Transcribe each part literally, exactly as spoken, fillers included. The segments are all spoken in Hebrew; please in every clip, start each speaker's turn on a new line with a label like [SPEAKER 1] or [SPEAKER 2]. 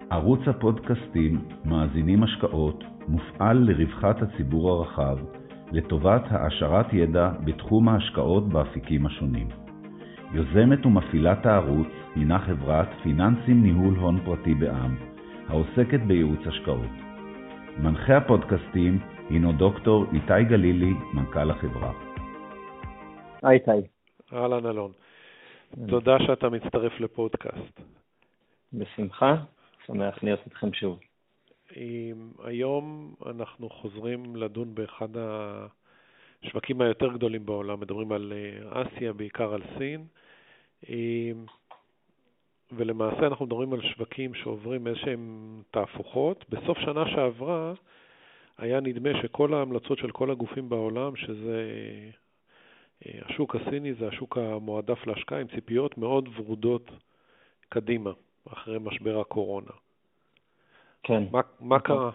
[SPEAKER 1] ערוץ הפודקאסטים מאזינים השקעות מופעל לרווחת הציבור הרחב, לטובת העשרת ידע בתחום ההשקעות באפיקים השונים. יוזמת ומפעילת הערוץ הינה חברת פיננסים ניהול הון פרטי בע"מ, העוסקת בייעוץ השקעות. מנחה הפודקאסטים הינו דוקטור איתי גלילי, מנכ"ל החברה.
[SPEAKER 2] היי איתי.
[SPEAKER 3] אהלן אלון. תודה שאתה מצטרף לפודקאסט.
[SPEAKER 2] בשמחה, שמח להיות איתכם שוב.
[SPEAKER 3] היום אנחנו חוזרים לדון באחד השווקים היותר גדולים בעולם, מדברים על אסיה, בעיקר על סין, ולמעשה אנחנו מדברים על שווקים שעוברים איזשהם תהפוכות. בסוף שנה שעברה היה נדמה שכל ההמלצות של כל הגופים בעולם, שזה השוק הסיני, זה השוק המועדף להשקעה, עם ציפיות מאוד ורודות קדימה, אחרי משבר הקורונה.
[SPEAKER 2] כן.
[SPEAKER 3] מה, מה קרה?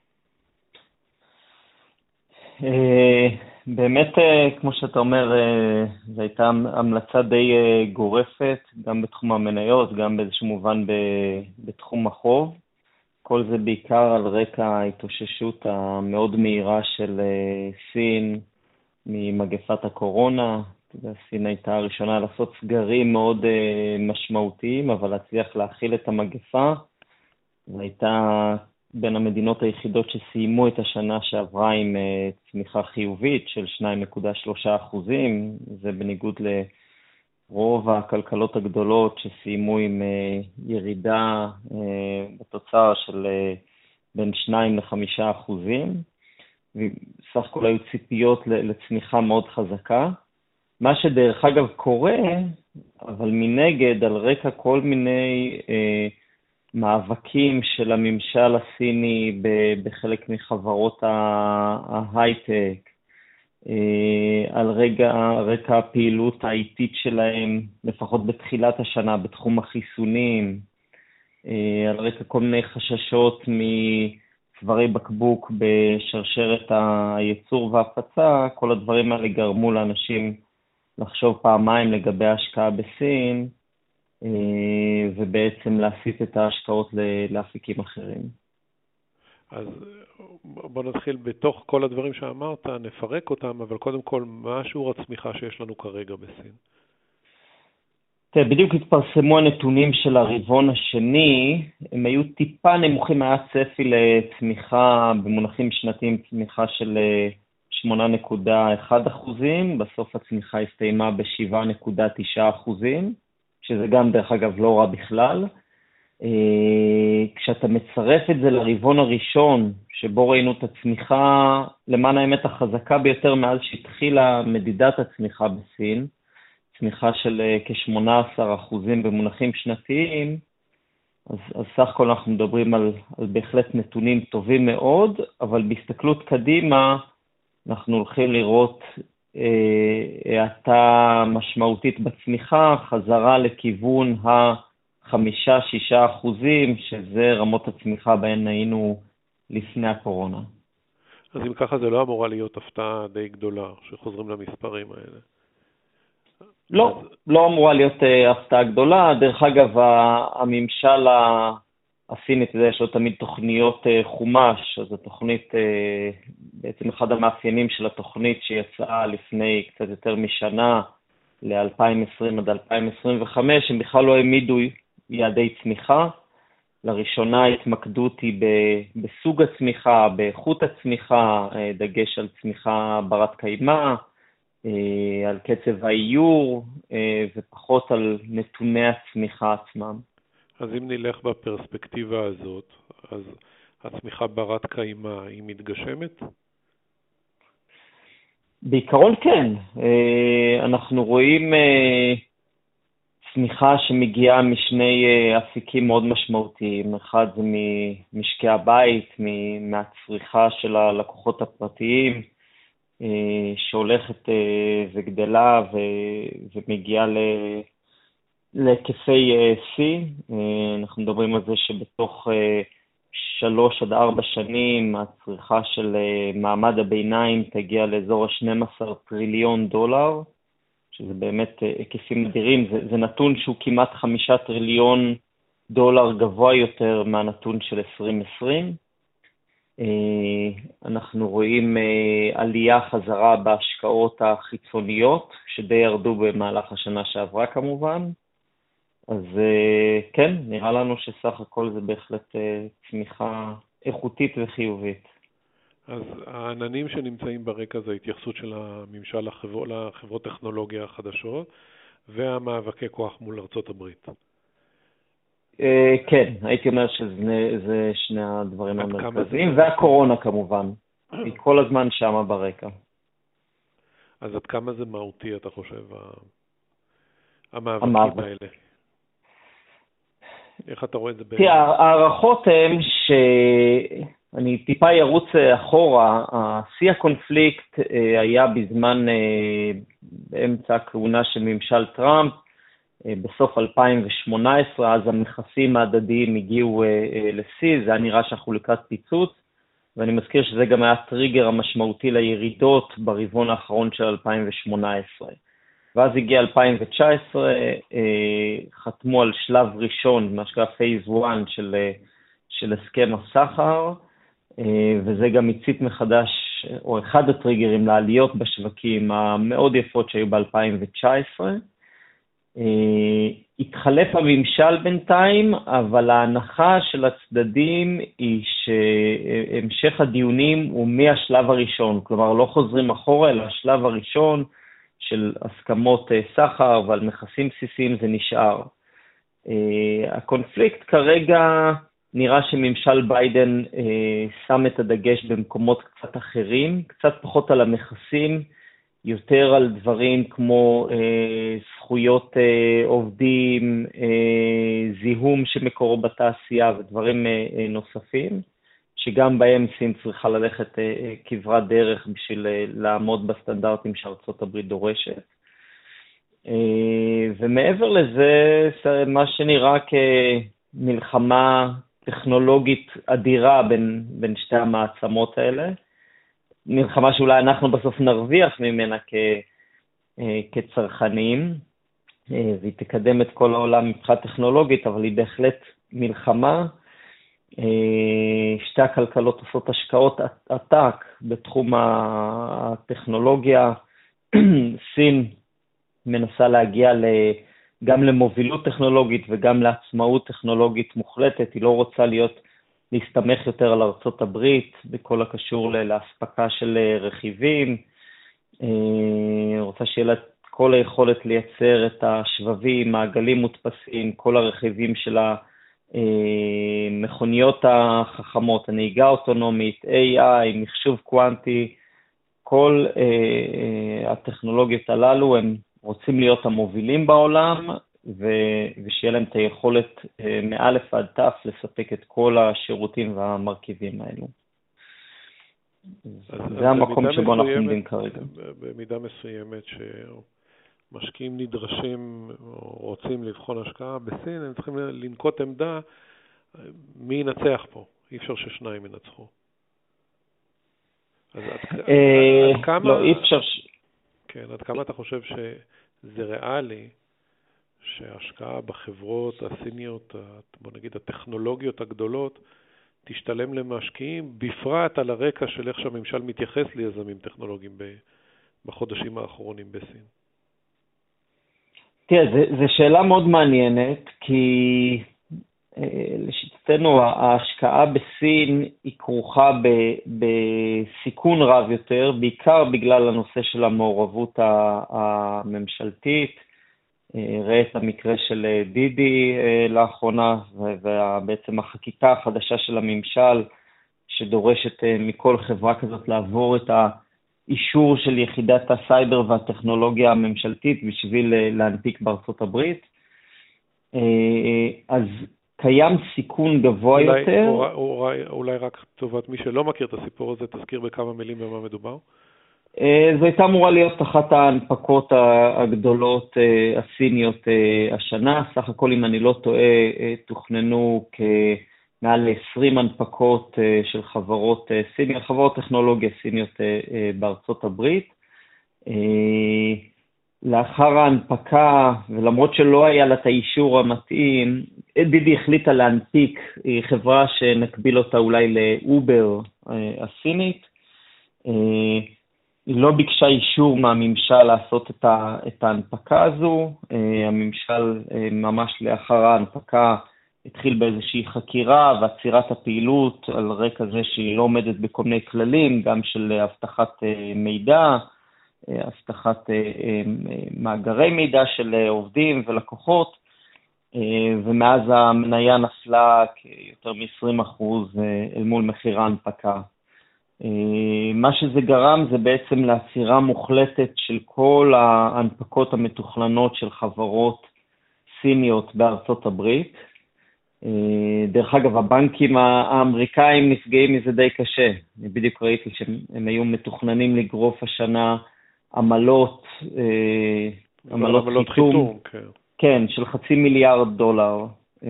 [SPEAKER 2] באמת, כמו שאתה אומר, זו הייתה המלצה די גורפת, גם בתחום המניות, גם באיזשהו מובן בתחום החוב. כל זה בעיקר על רקע ההתאוששות המאוד מהירה של סין ממגפת הקורונה. סין הייתה הראשונה לעשות סגרים מאוד משמעותיים, אבל להצליח להכיל את המגפה. והייתה בין המדינות היחידות שסיימו את השנה שעברה עם צמיחה חיובית של שתיים נקודה שלוש אחוזים. זה בניגוד לרוב הכלכלות הגדולות שסיימו עם ירידה בתוצר של בין שניים לחמישה אחוזים. וסך הכל היו ציפיות לצמיחה מאוד חזקה. מה שדרך אגב קורה, אבל מנגד על רקע כל מיני אה, מאבקים של הממשל הסיני בחלק מחברות ההייטק, על רקע, רקע הפעילות האיטית שלהם, לפחות בתחילת השנה, בתחום החיסונים, על רקע כל מיני חששות מצווארי בקבוק בשרשרת הייצור וההפצה, כל הדברים האלה גרמו לאנשים לחשוב פעמיים לגבי ההשקעה בסין, ובעצם להסיט את ההשקעות לאפיקים אחרים.
[SPEAKER 3] אז בוא נתחיל בתוך כל הדברים שאמרת, נפרק אותם, אבל קודם כל, מה שיעור הצמיחה שיש לנו כרגע בסין?
[SPEAKER 2] תראה, בדיוק התפרסמו הנתונים של הרבעון השני, הם היו טיפה נמוכים, היה צפי לצמיחה במונחים שנתיים, צמיחה של שמונה נקודה אחת אחוזים, בסוף הצמיחה הסתיימה ב-שבע נקודה תשע אחוזים, שזה גם דרך אגב לא רע בכלל. כשאתה מצרף את זה לרבעון הראשון, שבו ראינו את הצמיחה, למען האמת החזקה ביותר מאז שהתחילה מדידת הצמיחה בסין, צמיחה של כ-שמונה עשר אחוזים במונחים שנתיים, אז, אז סך הכל אנחנו מדברים על, על בהחלט נתונים טובים מאוד, אבל בהסתכלות קדימה אנחנו הולכים לראות האטה משמעותית בצמיחה, חזרה לכיוון החמישה שישה אחוזים, שזה רמות הצמיחה בהן היינו לפני הקורונה.
[SPEAKER 3] אז אם ככה זה לא אמורה להיות הפתעה די גדולה שחוזרים למספרים האלה?
[SPEAKER 2] לא, אז... לא אמורה להיות הפתעה גדולה. דרך אגב, הממשל הסינית, יש לו תמיד תוכניות חומש, אז התוכנית, בעצם אחד המאפיינים של התוכנית שיצאה לפני קצת יותר משנה, ל-אלפיים עשרים עד אלפיים עשרים וחמש, הם בכלל לא העמידו יעדי צמיחה. לראשונה התמקדות היא בסוג הצמיחה, באיכות הצמיחה, דגש על צמיחה ברת קיימא, על קצב האיור, ופחות על נתוני הצמיחה עצמם.
[SPEAKER 3] אז אם נלך בפרספקטיבה הזאת, אז הצמיחה ברת קיימא היא מתגשמת? בעיקרון
[SPEAKER 2] כן. אנחנו רואים צמיחה שמגיעה משני אפיקים מאוד משמעותיים. אחד זה ממשקי הבית, מהצריכה של הלקוחות הפרטיים, שהולכת וגדלה ומגיעה ל... להיקפי C. אנחנו מדברים על זה שבתוך שלוש עד ארבע שנים הצריכה של מעמד הביניים תגיע לאזור ה-שנים עשר טריליון דולר, שזה באמת היקפים אדירים. זה, זה נתון שהוא כמעט חמישה טריליון דולר גבוה יותר מהנתון של עשרים עשרים. אנחנו רואים עלייה חזרה בהשקעות החיצוניות, שדי ירדו במהלך השנה שעברה כמובן. אז כן, נראה לנו שסך הכל זה בהחלט צמיחה איכותית וחיובית.
[SPEAKER 3] אז העננים שנמצאים ברקע זה התייחסות של הממשל לחבר... לחברות טכנולוגיה החדשות, והמאבקי כוח מול ארצות הברית.
[SPEAKER 2] כן, הייתי אומר שזה שני הדברים המרכזיים, והקורונה כמובן, היא כל הזמן שמה ברקע.
[SPEAKER 3] אז עד כמה זה מהותי, אתה חושב, המאבקים האלה? איך אתה רואה את זה?
[SPEAKER 2] תראה, הערכות הן שאני טיפה ירוץ אחורה. השיא הקונפליקט היה בזמן, באמצע הכהונה של ממשל טראמפ, בסוף אלפיים ושמונה עשרה, אז המכסים ההדדיים הגיעו לשיא, זה היה נראה שאנחנו לקראת פיצוץ, ואני מזכיר שזה גם היה טריגר המשמעותי לירידות ברבעון האחרון של אלפיים ושמונה עשרה. ואז הגיע אלפיים תשע עשרה, חתמו על שלב ראשון, מה שקרה פייז אחת של, של הסכם הסחר, וזה גם הצית מחדש, או אחד הטריגרים לעליות בשווקים המאוד יפות שהיו ב-אלפיים תשע עשרה. התחלף הממשל בינתיים, אבל ההנחה של הצדדים היא שהמשך הדיונים הוא מהשלב הראשון, כלומר לא חוזרים אחורה, אלא השלב הראשון של הסכמות סחר ועל מכסים בסיסיים זה נשאר. הקונפליקט כרגע נראה שממשל ביידן שם את הדגש במקומות קצת אחרים, קצת פחות על המכסים, יותר על דברים כמו אה, זכויות אה, עובדים, אה, זיהום שמקורו בתעשייה ודברים אה, אה, נוספים, שגם בהם סין צריכה ללכת אה, אה, כברת דרך בשביל אה, לעמוד בסטנדרטים שארצות הברית דורשת. אה, ומעבר לזה, מה שנראה כמלחמה טכנולוגית אדירה בין, בין שתי המעצמות האלה, מלחמה שאולי אנחנו בסוף נרוויח ממנה כ, כצרכנים, והיא תקדם את כל העולם מבחינה טכנולוגית, אבל היא בהחלט מלחמה. שתי הכלכלות עושות השקעות עתק בתחום הטכנולוגיה. סין מנסה להגיע גם למובילות טכנולוגית וגם לעצמאות טכנולוגית מוחלטת. היא לא רוצה להיות להסתמך יותר על ארצות הברית, בכל הקשור להספקה של רכיבים, רוצה שיהיה לה כל היכולת לייצר את השבבים, מעגלים מודפסים, כל הרכיבים של המכוניות החכמות, הנהיגה האוטונומית, איי איי, מחשוב קוונטי, כל הטכנולוגיות הללו הם רוצים להיות המובילים בעולם, ושיהיה להם את היכולת מאלף עד תף לספק את כל השירותים והמרכיבים האלו. זה המקום שבו אנחנו עומדים כרגע.
[SPEAKER 3] במידה מסוימת שמשקיעים נדרשים או רוצים לבחון השקעה בסין, הם צריכים לנקוט עמדה מי ינצח פה. אי אפשר ששניים ינצחו. אז עד כמה...
[SPEAKER 2] לא, אי אפשר...
[SPEAKER 3] כן, עד כמה אתה חושב שזה ריאלי שההשקעה בחברות הסיניות, בוא נגיד הטכנולוגיות הגדולות, תשתלם למשקיעים, בפרט על הרקע של איך שהממשל מתייחס ליזמים טכנולוגיים בחודשים האחרונים בסין?
[SPEAKER 2] תראה, זו שאלה מאוד מעניינת, כי לשיטתנו ההשקעה בסין היא כרוכה בסיכון רב יותר, בעיקר בגלל הנושא של המעורבות הממשלתית. ראה את המקרה של דידי לאחרונה, ובעצם החקיקה החדשה של הממשל, שדורשת מכל חברה כזאת לעבור את האישור של יחידת הסייבר והטכנולוגיה הממשלתית בשביל להנפיק בארצות הברית. אז קיים סיכון גבוה
[SPEAKER 3] אולי,
[SPEAKER 2] יותר.
[SPEAKER 3] אולי, אולי, אולי רק טובת מי שלא מכיר את הסיפור הזה, תזכיר בכמה מילים במה מדובר.
[SPEAKER 2] זו הייתה אמורה להיות אחת ההנפקות הגדולות הסיניות השנה. סך הכל, אם אני לא טועה, תוכננו כמעל עשרים הנפקות של חברות סיניות, חברות טכנולוגיה סיניות בארצות הברית. לאחר ההנפקה, ולמרות שלא היה לה את האישור המתאים, דידי החליטה להנפיק, היא חברה שנקביל אותה אולי לאובר הסינית, היא לא ביקשה אישור מהממשל לעשות את, ה, את ההנפקה הזו, הממשל ממש לאחר ההנפקה התחיל באיזושהי חקירה ועצירת הפעילות על רקע זה שהיא לא עומדת בכל מיני כללים, גם של הבטחת מידע, הבטחת מאגרי מידע של עובדים ולקוחות, ומאז המניה נפלה כיותר מ-עשרים אחוז אל מול מחיר ההנפקה. מה שזה גרם זה בעצם לעצירה מוחלטת של כל ההנפקות המתוכננות של חברות סיניות בארצות הברית. דרך אגב, הבנקים האמריקאים נפגעים מזה די קשה. אני בדיוק ראיתי שהם היו מתוכננים לגרוף השנה עמלות, עמלות, עמלות חיתום, חיתום כן. כן, של חצי מיליארד דולר.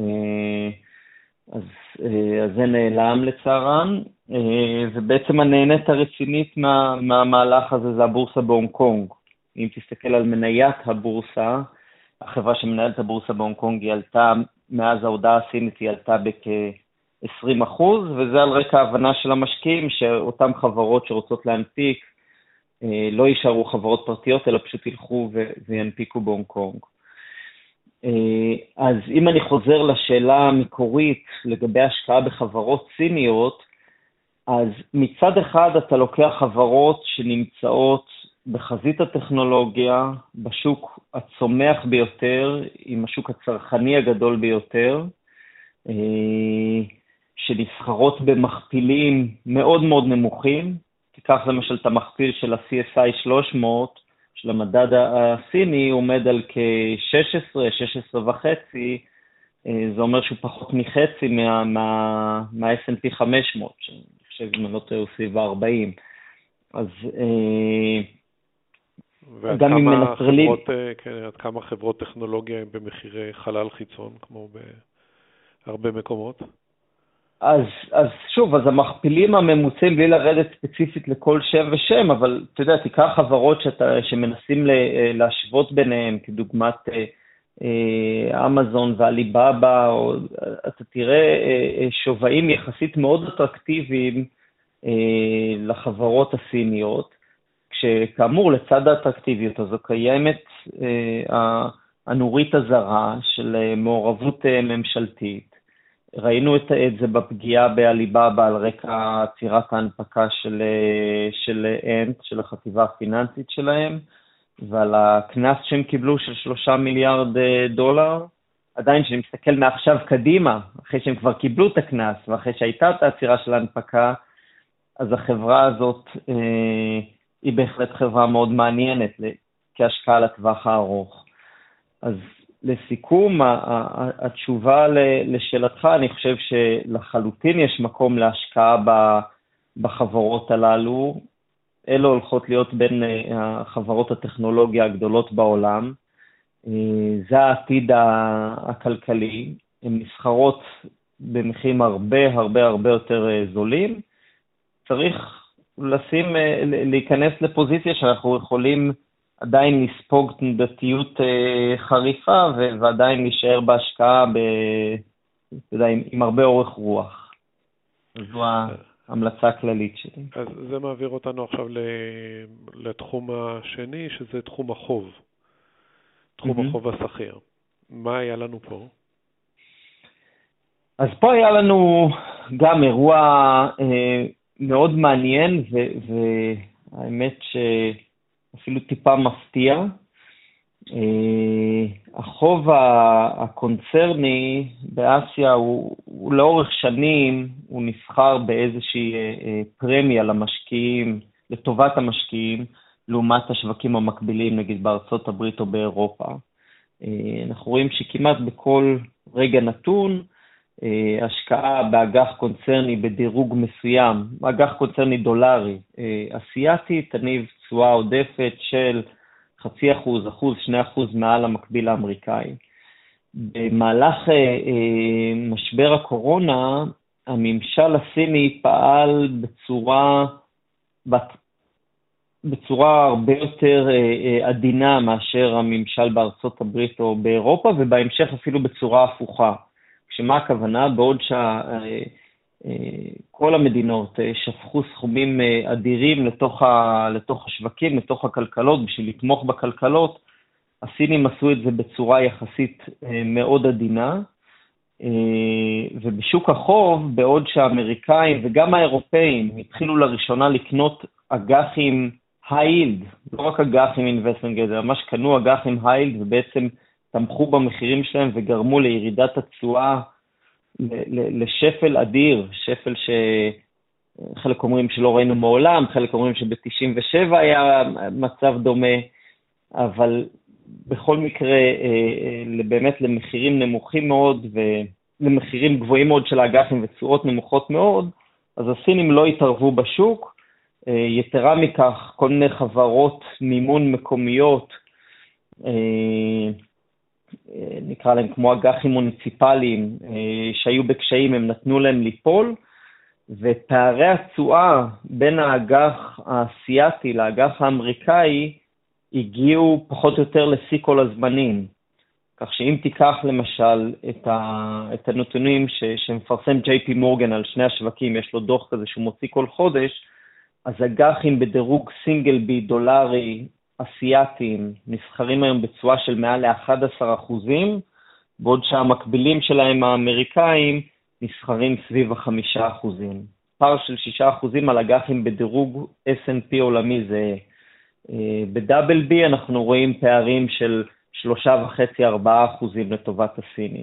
[SPEAKER 2] אז, אז זה נעלם לצערן, ובעצם הנהנית הרצינית מה, מהמהלך הזה זה הבורסה בהונג קונג. אם תסתכל על מניית הבורסה, החברה שמנהלת הבורסה בהונג קונג היא עלתה, מאז ההודעה הסינית היא עלתה בכ-עשרים אחוז, וזה על רקע ההבנה של המשקיעים, שאותם חברות שרוצות להנפיק, לא יישארו חברות פרטיות, אלא פשוט ילכו וינפיקו בהונג קונג. אז אם אני חוזר לשאלה המקורית לגבי השקעה בחברות סיניות, אז מצד אחד אתה לוקח חברות שנמצאות בחזית הטכנולוגיה, בשוק הצומח ביותר, עם השוק הצרכני הגדול ביותר, שנסחרות במכפילים מאוד מאוד נמוכים. תיקח למשל את המכפיל של ה-סי אס איי שלוש מאות, של המדד הסיני, עומד על כ-שש עשרה, שש עשרה וחצי, זה אומר שהוא פחות מחצי מה, מה, מה-אס אנד פי חמש מאות, שאני חושב אם אני לא טועה הוא סביב ה-ארבעים. אז גם אם מנטרלים...
[SPEAKER 3] כן, עד כמה חברות טכנולוגיה הם במחירי חלל חיצון, כמו בהרבה מקומות?
[SPEAKER 2] אז, אז שוב, אז המכפילים הממוצעים, בלי לרדת ספציפית לכל שם ושם, אבל אתה יודע, תיקח חברות שאתה, שמנסים להשוות ביניהם, כדוגמת אה, אמזון ואליבאבא, או, אתה תראה אה, שווים יחסית מאוד אטרקטיביים אה, לחברות הסיניות, כשכאמור לצד האטרקטיביות הזו קיימת אה, הנורית הזרה של אה, מעורבות אה, ממשלתית. ראינו את, את זה בפגיעה באליבאבא על רקע עצירת ההנפקה של, של אנט, של החטיבה הפיננסית שלהם, ועל הכנס שהם קיבלו של שלושה מיליארד דולר. עדיין שאני מסתכל מעכשיו קדימה, אחרי שהם כבר קיבלו את הכנס, ואחרי שהייתה את העצירה של ההנפקה, אז החברה הזאת אה, היא בהחלט חברה מאוד מעניינת כהשקעה לטווח הארוך. אז לסיכום, התשובה לשאלתך, אני חושב שלחלוטין יש מקום להשקעה בחברות הללו. אלו הולכות להיות בין החברות הטכנולוגיה הגדולות בעולם. זה העתיד הכלכלי. הן נסחרות במחירים הרבה הרבה הרבה יותר זולים. צריך לשים, להיכנס לפוזיציה שאנחנו יכולים עדיין לספוג תנודתיות חריפה, ועדיין להישאר בהשקעה ב, אתה יודע, עם, עם הרבה אורך רוח. זו ההמלצה הכללית שלי.
[SPEAKER 3] אז זה מעביר אותנו עכשיו לתחום השני, שזה תחום החוב. תחום mm-hmm. החוב הסחיר. מה היה לנו פה?
[SPEAKER 2] אז פה היה לנו גם אירוע אה, מאוד מעניין, ו, והאמת ש... אפילו טיפה מפתיע. החוב הקונצרני באסיה הוא, הוא לאורך שנים, הוא נסחר באיזושהי פרמיה למשקיעים, לטובת המשקיעים, לעומת השווקים המקבילים, נגיד בארצות הברית או באירופה. אנחנו רואים שכמעט בכל רגע נתון, השקעה באג"ח קונצרני בדירוג מסוים, אג"ח קונצרני דולרי אסיאטי, תניב תשואה עודפת של חצי אחוז, אחוז, שני אחוז מעל המקביל האמריקאי. במהלך משבר הקורונה, הממשל הסיני פעל בצורה, בצורה הרבה יותר עדינה מאשר הממשל בארצות הברית או באירופה, ובהמשך אפילו בצורה הפוכה. כשמה הכוונה? בעוד שכל המדינות שפכו סכומים אדירים לתוך, ה, לתוך השווקים, לתוך הכלכלות, בשביל לתמוך בכלכלות, הסינים עשו את זה בצורה יחסית מאוד עדינה, ובשוק החוב, בעוד שהאמריקאים וגם האירופאים התחילו לראשונה לקנות אג"חים היילד, לא רק אג"חים investment grade, אלא ממש קנו אג"חים היילד ובעצם תמכו במחירים שלהם וגרמו לירידת התשואה לשפל אדיר, שפל שחלק אומרים שלא ראינו מעולם, חלק אומרים שב-תשעים ושבע היה מצב דומה, אבל בכל מקרה באמת למחירים נמוכים מאוד ולמחירים גבוהים מאוד של האג"חים ותשואות נמוכות מאוד, אז הסינים לא התערבו בשוק. יתרה מכך, כל מיני חברות מימון מקומיות, נקרא להם כמו אג"חים מוניציפליים, שהיו בקשיים, הם נתנו להם ליפול, ופערי התשואה בין האג"ח האסייתי לאג"ח האמריקאי הגיעו פחות או יותר לשיא כל הזמנים. כך שאם תיקח למשל את, ה, את הנתונים ש, שמפרסם ג'יי פי מורגן על שני השווקים, יש לו דוח כזה שהוא מוציא כל חודש, אז אג"חים בדירוג סינגל בי דולרי אסייתיים נסחרים היום בתשואה של מעל ל-אחד עשר אחוזים, בעוד שהמקבילים שלהם האמריקאים נסחרים סביב ה-חמישה אחוזים. פער של שישה אחוזים על אג"חים בדירוג אס אנד פי עולמי זה. בדאבל בי אנחנו רואים פערים של שלושה וחצי ארבעה אחוזים לטובת הסיני.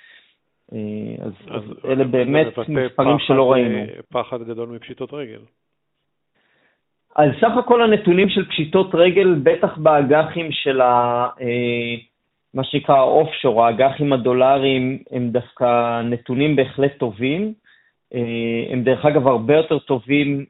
[SPEAKER 2] אז, אז, אז אלה באמת מספרים שלא ראינו.
[SPEAKER 3] פחד גדול מפשיטות רגל.
[SPEAKER 2] אז סך הכל הנתונים של פשיטות רגל, בטח באג"חים של ה, מה שנקרא האופשור, האג"חים הדולריים, הם דווקא נתונים בהחלט טובים. הם דרך אגב הרבה יותר טובים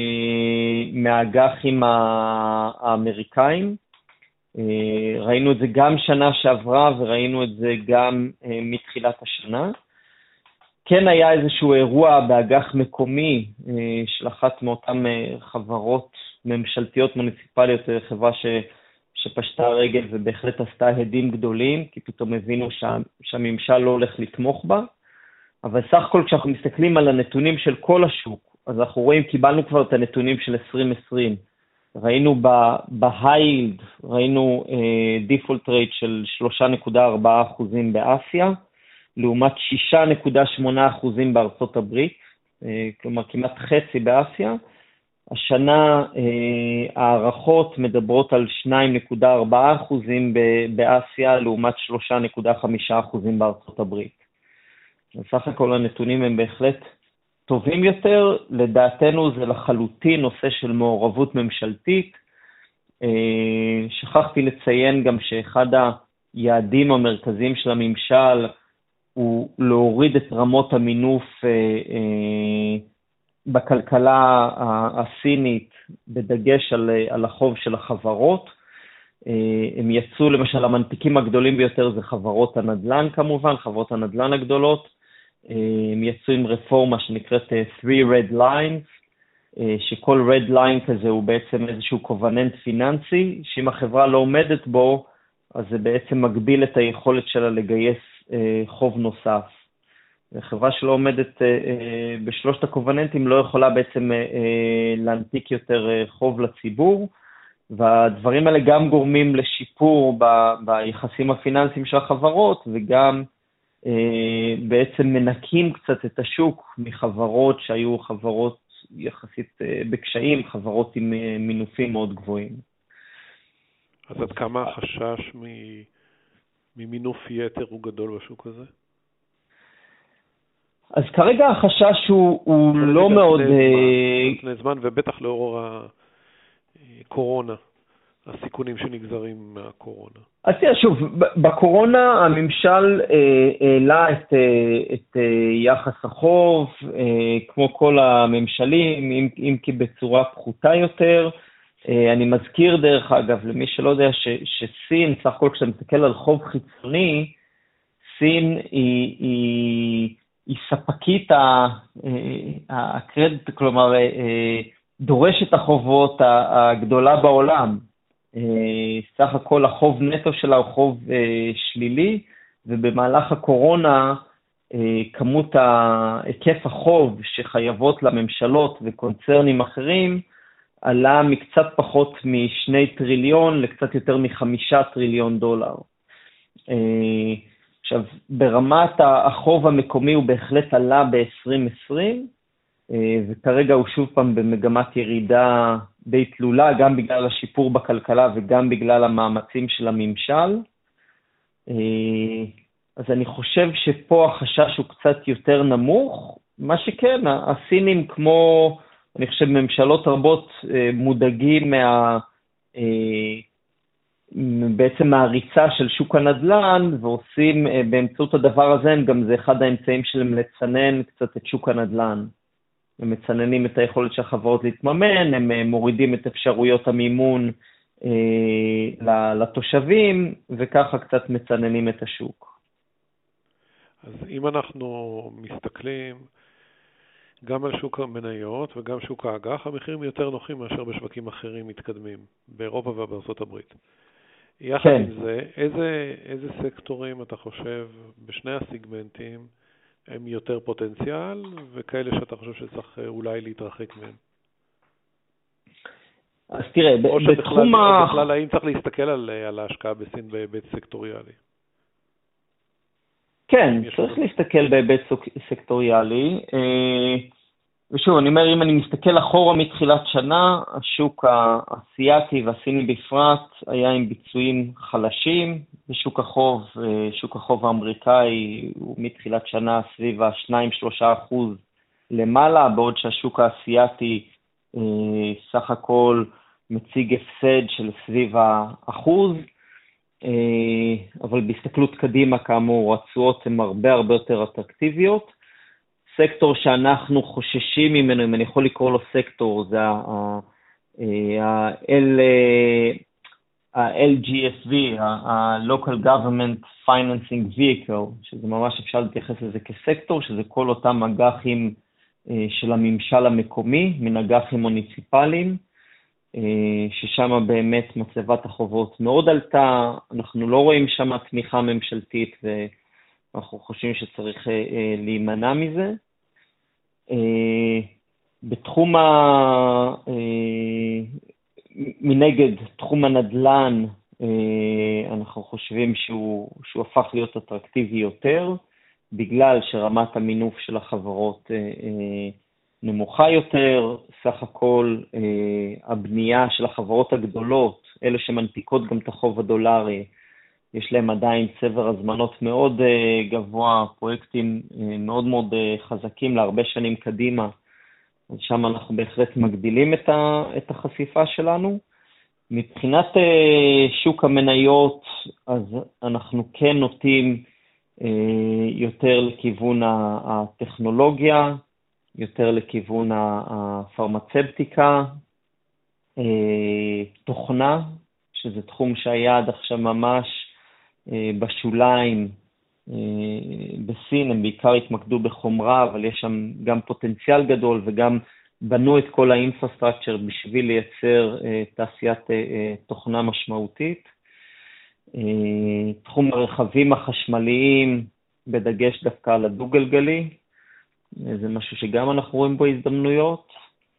[SPEAKER 2] מהאג"חים האמריקאים. ראינו את זה גם שנה שעברה וראינו את זה גם מתחילת השנה. כן היה איזשהו אירוע באג"ח מקומי של אחת מאותן חברות ממשלתיות מוניציפליות, חברה ש, שפשטה רגל ובהחלט עשתה הדים גדולים, כי פתאום הבינו שה, שהממשל לא הולך לתמוך בה. אבל סך הכל כשאנחנו מסתכלים על הנתונים של כל השוק, אז אנחנו רואים, קיבלנו כבר את הנתונים של עשרים עשרים. ראינו בהיילד, ראינו דיפולט רייט של שלוש נקודה ארבע אחוזים באסיה, לעומת שש נקודה שמונה אחוזים בארצות הברית, כלומר כמעט חצי באסיה. השנה הערכות מדברות על שתיים נקודה ארבע אחוזים באסיה, לעומת שלוש נקודה חמש אחוזים בארצות הברית. בסך הכל הנתונים הם בהחלט טובים יותר. לדעתנו זה לחלוטין נושא של מעורבות ממשלתית. שכחתי לציין גם שאחד היעדים המרכזיים של הממשל הוא להוריד את רמות המינוף בכלכלה הסינית, בדגש על, על החוב של החברות. הם יצאו, למשל, המנפיקים הגדולים ביותר זה חברות הנדל"ן כמובן, חברות הנדל"ן הגדולות. הם יצאו עם רפורמה שנקראת three red lines, שכל red line כזה הוא בעצם איזשהו קובננט פיננסי, שאם החברה לא עומדת בו, אז זה בעצם מגביל את היכולת שלה לגייס חוב נוסף. חברה שלא עומדת בשלושת הקובננטים לא יכולה בעצם להנפיק יותר חוב לציבור, והדברים האלה גם גורמים לשיפור ב- ביחסים הפיננסיים של החברות, וגם אה, בעצם מנקים קצת את השוק מחברות שהיו חברות יחסית אה, בקשיים, חברות עם אה, מינופים מאוד גבוהים.
[SPEAKER 3] אז עד כמה החשש מ- ממינוף יתר הוא גדול בשוק הזה?
[SPEAKER 2] אז כרגע החשש הוא, הוא לא מאוד...
[SPEAKER 3] לפני זמן, ובטח לאור הקורונה, הסיכונים שנגזרים מהקורונה.
[SPEAKER 2] אז תראה, שוב, בקורונה הממשל העלה את, את יחס החוב, כמו כל הממשלים, אם, אם כי בצורה פחותה יותר. אני מזכיר דרך אגב, למי שלא יודע, ש, שסין, סך הכל כשאתה מסתכל על חוב חיצוני, סין היא... היא היא ספקית הקרדיט, כלומר, דורשת החובות הגדולה בעולם. סך הכל החוב נטו שלה הוא חוב שלילי, ובמהלך הקורונה כמות היקף החוב שחייבות לממשלות וקונצרנים אחרים עלה מקצת פחות משני טריליון לקצת יותר מחמישה טריליון דולר. עכשיו, ברמת החוב המקומי הוא בהחלט עלה ב-עשרים עשרים, וכרגע הוא שוב פעם במגמת ירידה די תלולה, גם בגלל השיפור בכלכלה וגם בגלל המאמצים של הממשל. אז אני חושב שפה החשש הוא קצת יותר נמוך, מה שכן, הסינים כמו, אני חושב, ממשלות רבות מודאגים מה, בעצם מהריצה של שוק הנדל"ן, ועושים באמצעות הדבר הזה, גם זה אחד האמצעים שלהם לצנן קצת את שוק הנדל"ן. הם מצננים את היכולת של החברות להתממן, הם מורידים את אפשרויות המימון לתושבים, וככה קצת מצננים את השוק.
[SPEAKER 3] אז אם אנחנו מסתכלים גם על שוק המניות וגם שוק האג"ח, המחירים יותר נוחים מאשר בשווקים אחרים מתקדמים, באירופה ובארצות הברית. יחד כן. עם זה, איזה, איזה סקטורים אתה חושב בשני הסיגמנטים הם יותר פוטנציאל, וכאלה שאתה חושב שצריך אולי להתרחק מהם?
[SPEAKER 2] אז תראה,
[SPEAKER 3] או שבכלל, ה... או בכלל האם צריך להסתכל על, על ההשקעה בסין בהיבט סקטוריאלי?
[SPEAKER 2] כן, צריך להסתכל בהיבט סקטוריאלי. ושוב, אני אומר, אם אני מסתכל אחורה מתחילת שנה, השוק האסייתי והסיני בפרט היה עם ביצועים חלשים, ושוק החוב, שוק החוב האמריקאי הוא מתחילת שנה סביב ה-שתיים שלושה אחוז למעלה, בעוד שהשוק האסייתי סך הכל מציג הפסד של סביב האחוז, אבל בהסתכלות קדימה כאמור, התשואות הן הרבה הרבה יותר אטרקטיביות. סקטור שאנחנו חוששים ממנו, אם אני יכול לקרוא לו סקטור, זה ה-אל ג'י אס וי, ה-Local Government Financing Vehicle, שזה ממש אפשר להתייחס לזה כסקטור, שזה כל אותם אג"חים של הממשל המקומי, מן אג"חים מוניציפליים, ששם באמת מצבת החובות מאוד עלתה, אנחנו לא רואים שם תמיכה ממשלתית, ואנחנו חושבים שצריך להימנע מזה. בתחום ה... מנגד, תחום הנדל"ן, אנחנו חושבים שהוא, שהוא הפך להיות אטרקטיבי יותר, בגלל שרמת המינוף של החברות נמוכה יותר, סך הכל הבנייה של החברות הגדולות, אלה שמנפיקות גם את החוב הדולרי, יש להם עדיין צבר הזמנות מאוד גבוה, פרויקטים מאוד מאוד חזקים להרבה שנים קדימה, אז שם אנחנו בהחלט מגדילים את החשיפה שלנו. מבחינת שוק המניות, אז אנחנו כן נוטים יותר לכיוון הטכנולוגיה, יותר לכיוון הפרמצפטיקה, תוכנה, שזה תחום שהיה עד עכשיו ממש בשוליים בסין, הם בעיקר התמקדו בחומרה, אבל יש שם גם פוטנציאל גדול וגם בנו את כל האינפרסטרקצ'ר בשביל לייצר תעשיית תוכנה משמעותית. תחום הרכבים החשמליים, בדגש דווקא על הדו-גלגלי, זה משהו שגם אנחנו רואים בו הזדמנויות.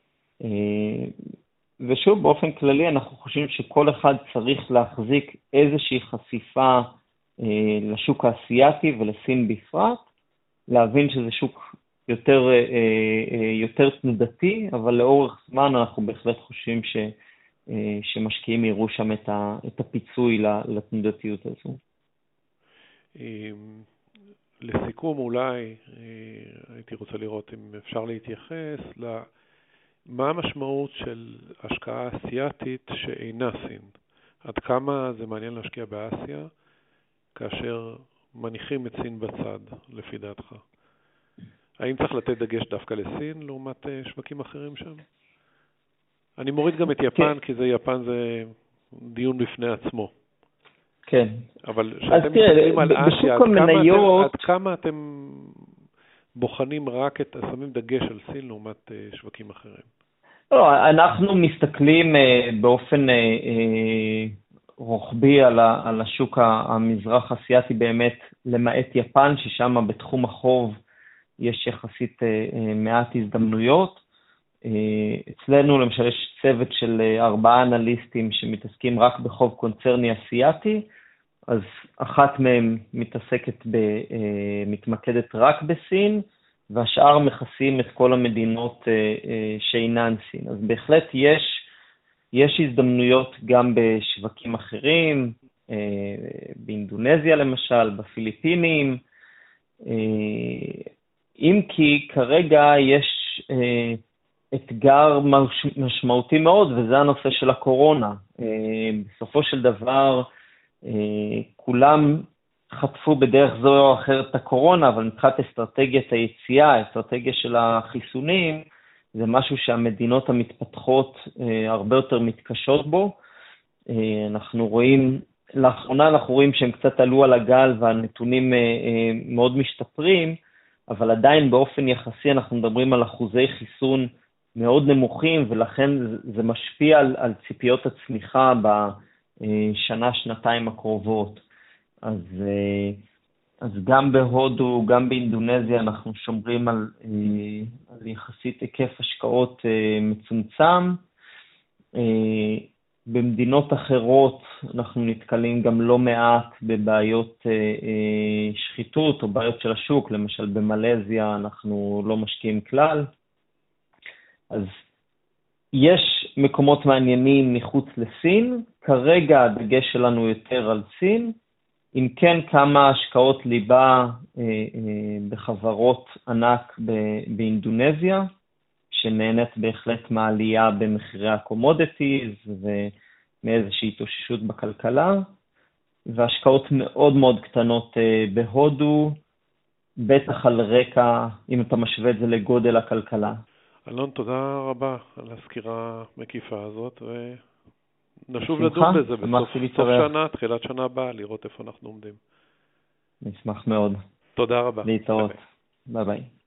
[SPEAKER 2] ושוב, באופן כללי אנחנו חושבים שכל אחד צריך להחזיק איזושהי חשיפה לשוק האסייתי ולסין בפרט, להבין שזה שוק יותר, יותר תנודתי, אבל לאורך זמן אנחנו בהחלט חושבים ש, שמשקיעים יראו שם את, ה, את הפיצוי לתנודתיות הזו.
[SPEAKER 3] לסיכום אולי, הייתי רוצה לראות אם אפשר להתייחס למה המשמעות של השקעה אסייתית שאינה סין. עד כמה זה מעניין להשקיע באסיה, כאשר מניחים את סין בצד, לפי דעתך? האם צריך לתת דגש דווקא לסין, לעומת שווקים אחרים שם? אני מוריד גם את יפן, כי זה יפן זה דיון בפני עצמו.
[SPEAKER 2] כן.
[SPEAKER 3] אבל כשאתם מסתכלים על אסיה, עד, המניות... עד כמה אתם בוחנים רק את, שמים דגש על סין לעומת שווקים אחרים?
[SPEAKER 2] לא, אנחנו מסתכלים באופן רוחבי על השוק המזרח אסיאטי באמת, למעט יפן, ששם בתחום החוב יש יחסית מעט הזדמנויות. אצלנו למשל יש צוות של ארבעה אנליסטים שמתעסקים רק בחוב קונצרני אסיאטי, אז אחת מהם מתעסקת, ב, מתמקדת רק בסין, והשאר מכסים את כל המדינות שאינן סין. אז בהחלט יש, יש הזדמנויות גם בשווקים אחרים, באינדונזיה למשל, בפיליפינים, אם כי כרגע יש אתגר משמעותי מאוד, וזה הנושא של הקורונה. בסופו של דבר, כולם חטפו בדרך זו או אחרת את הקורונה, אבל מבחינת אסטרטגיית היציאה, האסטרטגיה של החיסונים, זה משהו שהמדינות המתפתחות הרבה יותר מתקשות בו. אנחנו רואים, לאחרונה אנחנו רואים שהם קצת עלו על הגל והנתונים מאוד משתפרים, אבל עדיין באופן יחסי אנחנו מדברים על אחוזי חיסון מאוד נמוכים, ולכן זה משפיע על, על ציפיות הצמיחה בשנה, שנתיים הקרובות. אז, אז גם בהודו, גם באינדונזיה אנחנו שומרים על, על יחסית היקף השקעות מצומצם. במדינות אחרות אנחנו נתקלים גם לא מעט בבעיות שחיתות או בעיות של השוק, למשל במלזיה אנחנו לא משקיעים כלל. אז יש מקומות מעניינים מחוץ לסין, כרגע הדגש שלנו יותר על סין, אם כן כמה השקעות ליבה אה, אה, בחברות ענק ב- באינדונזיה, שנהנית בהחלט מעלייה במחירי הקומודיטיז ומאיזושהי התאוששות בכלכלה, והשקעות מאוד מאוד קטנות אה, בהודו, בטח על רקע, אם אתה משווה את זה לגודל הכלכלה.
[SPEAKER 3] אלון, תודה רבה על הסקירה המקיפה הזאת, ונשוב לדון בזה בסוף סוף שנה, תחילת שנה הבאה, לראות איפה אנחנו עומדים.
[SPEAKER 2] נשמח מאוד.
[SPEAKER 3] תודה רבה.
[SPEAKER 2] להתראות. ביי ביי.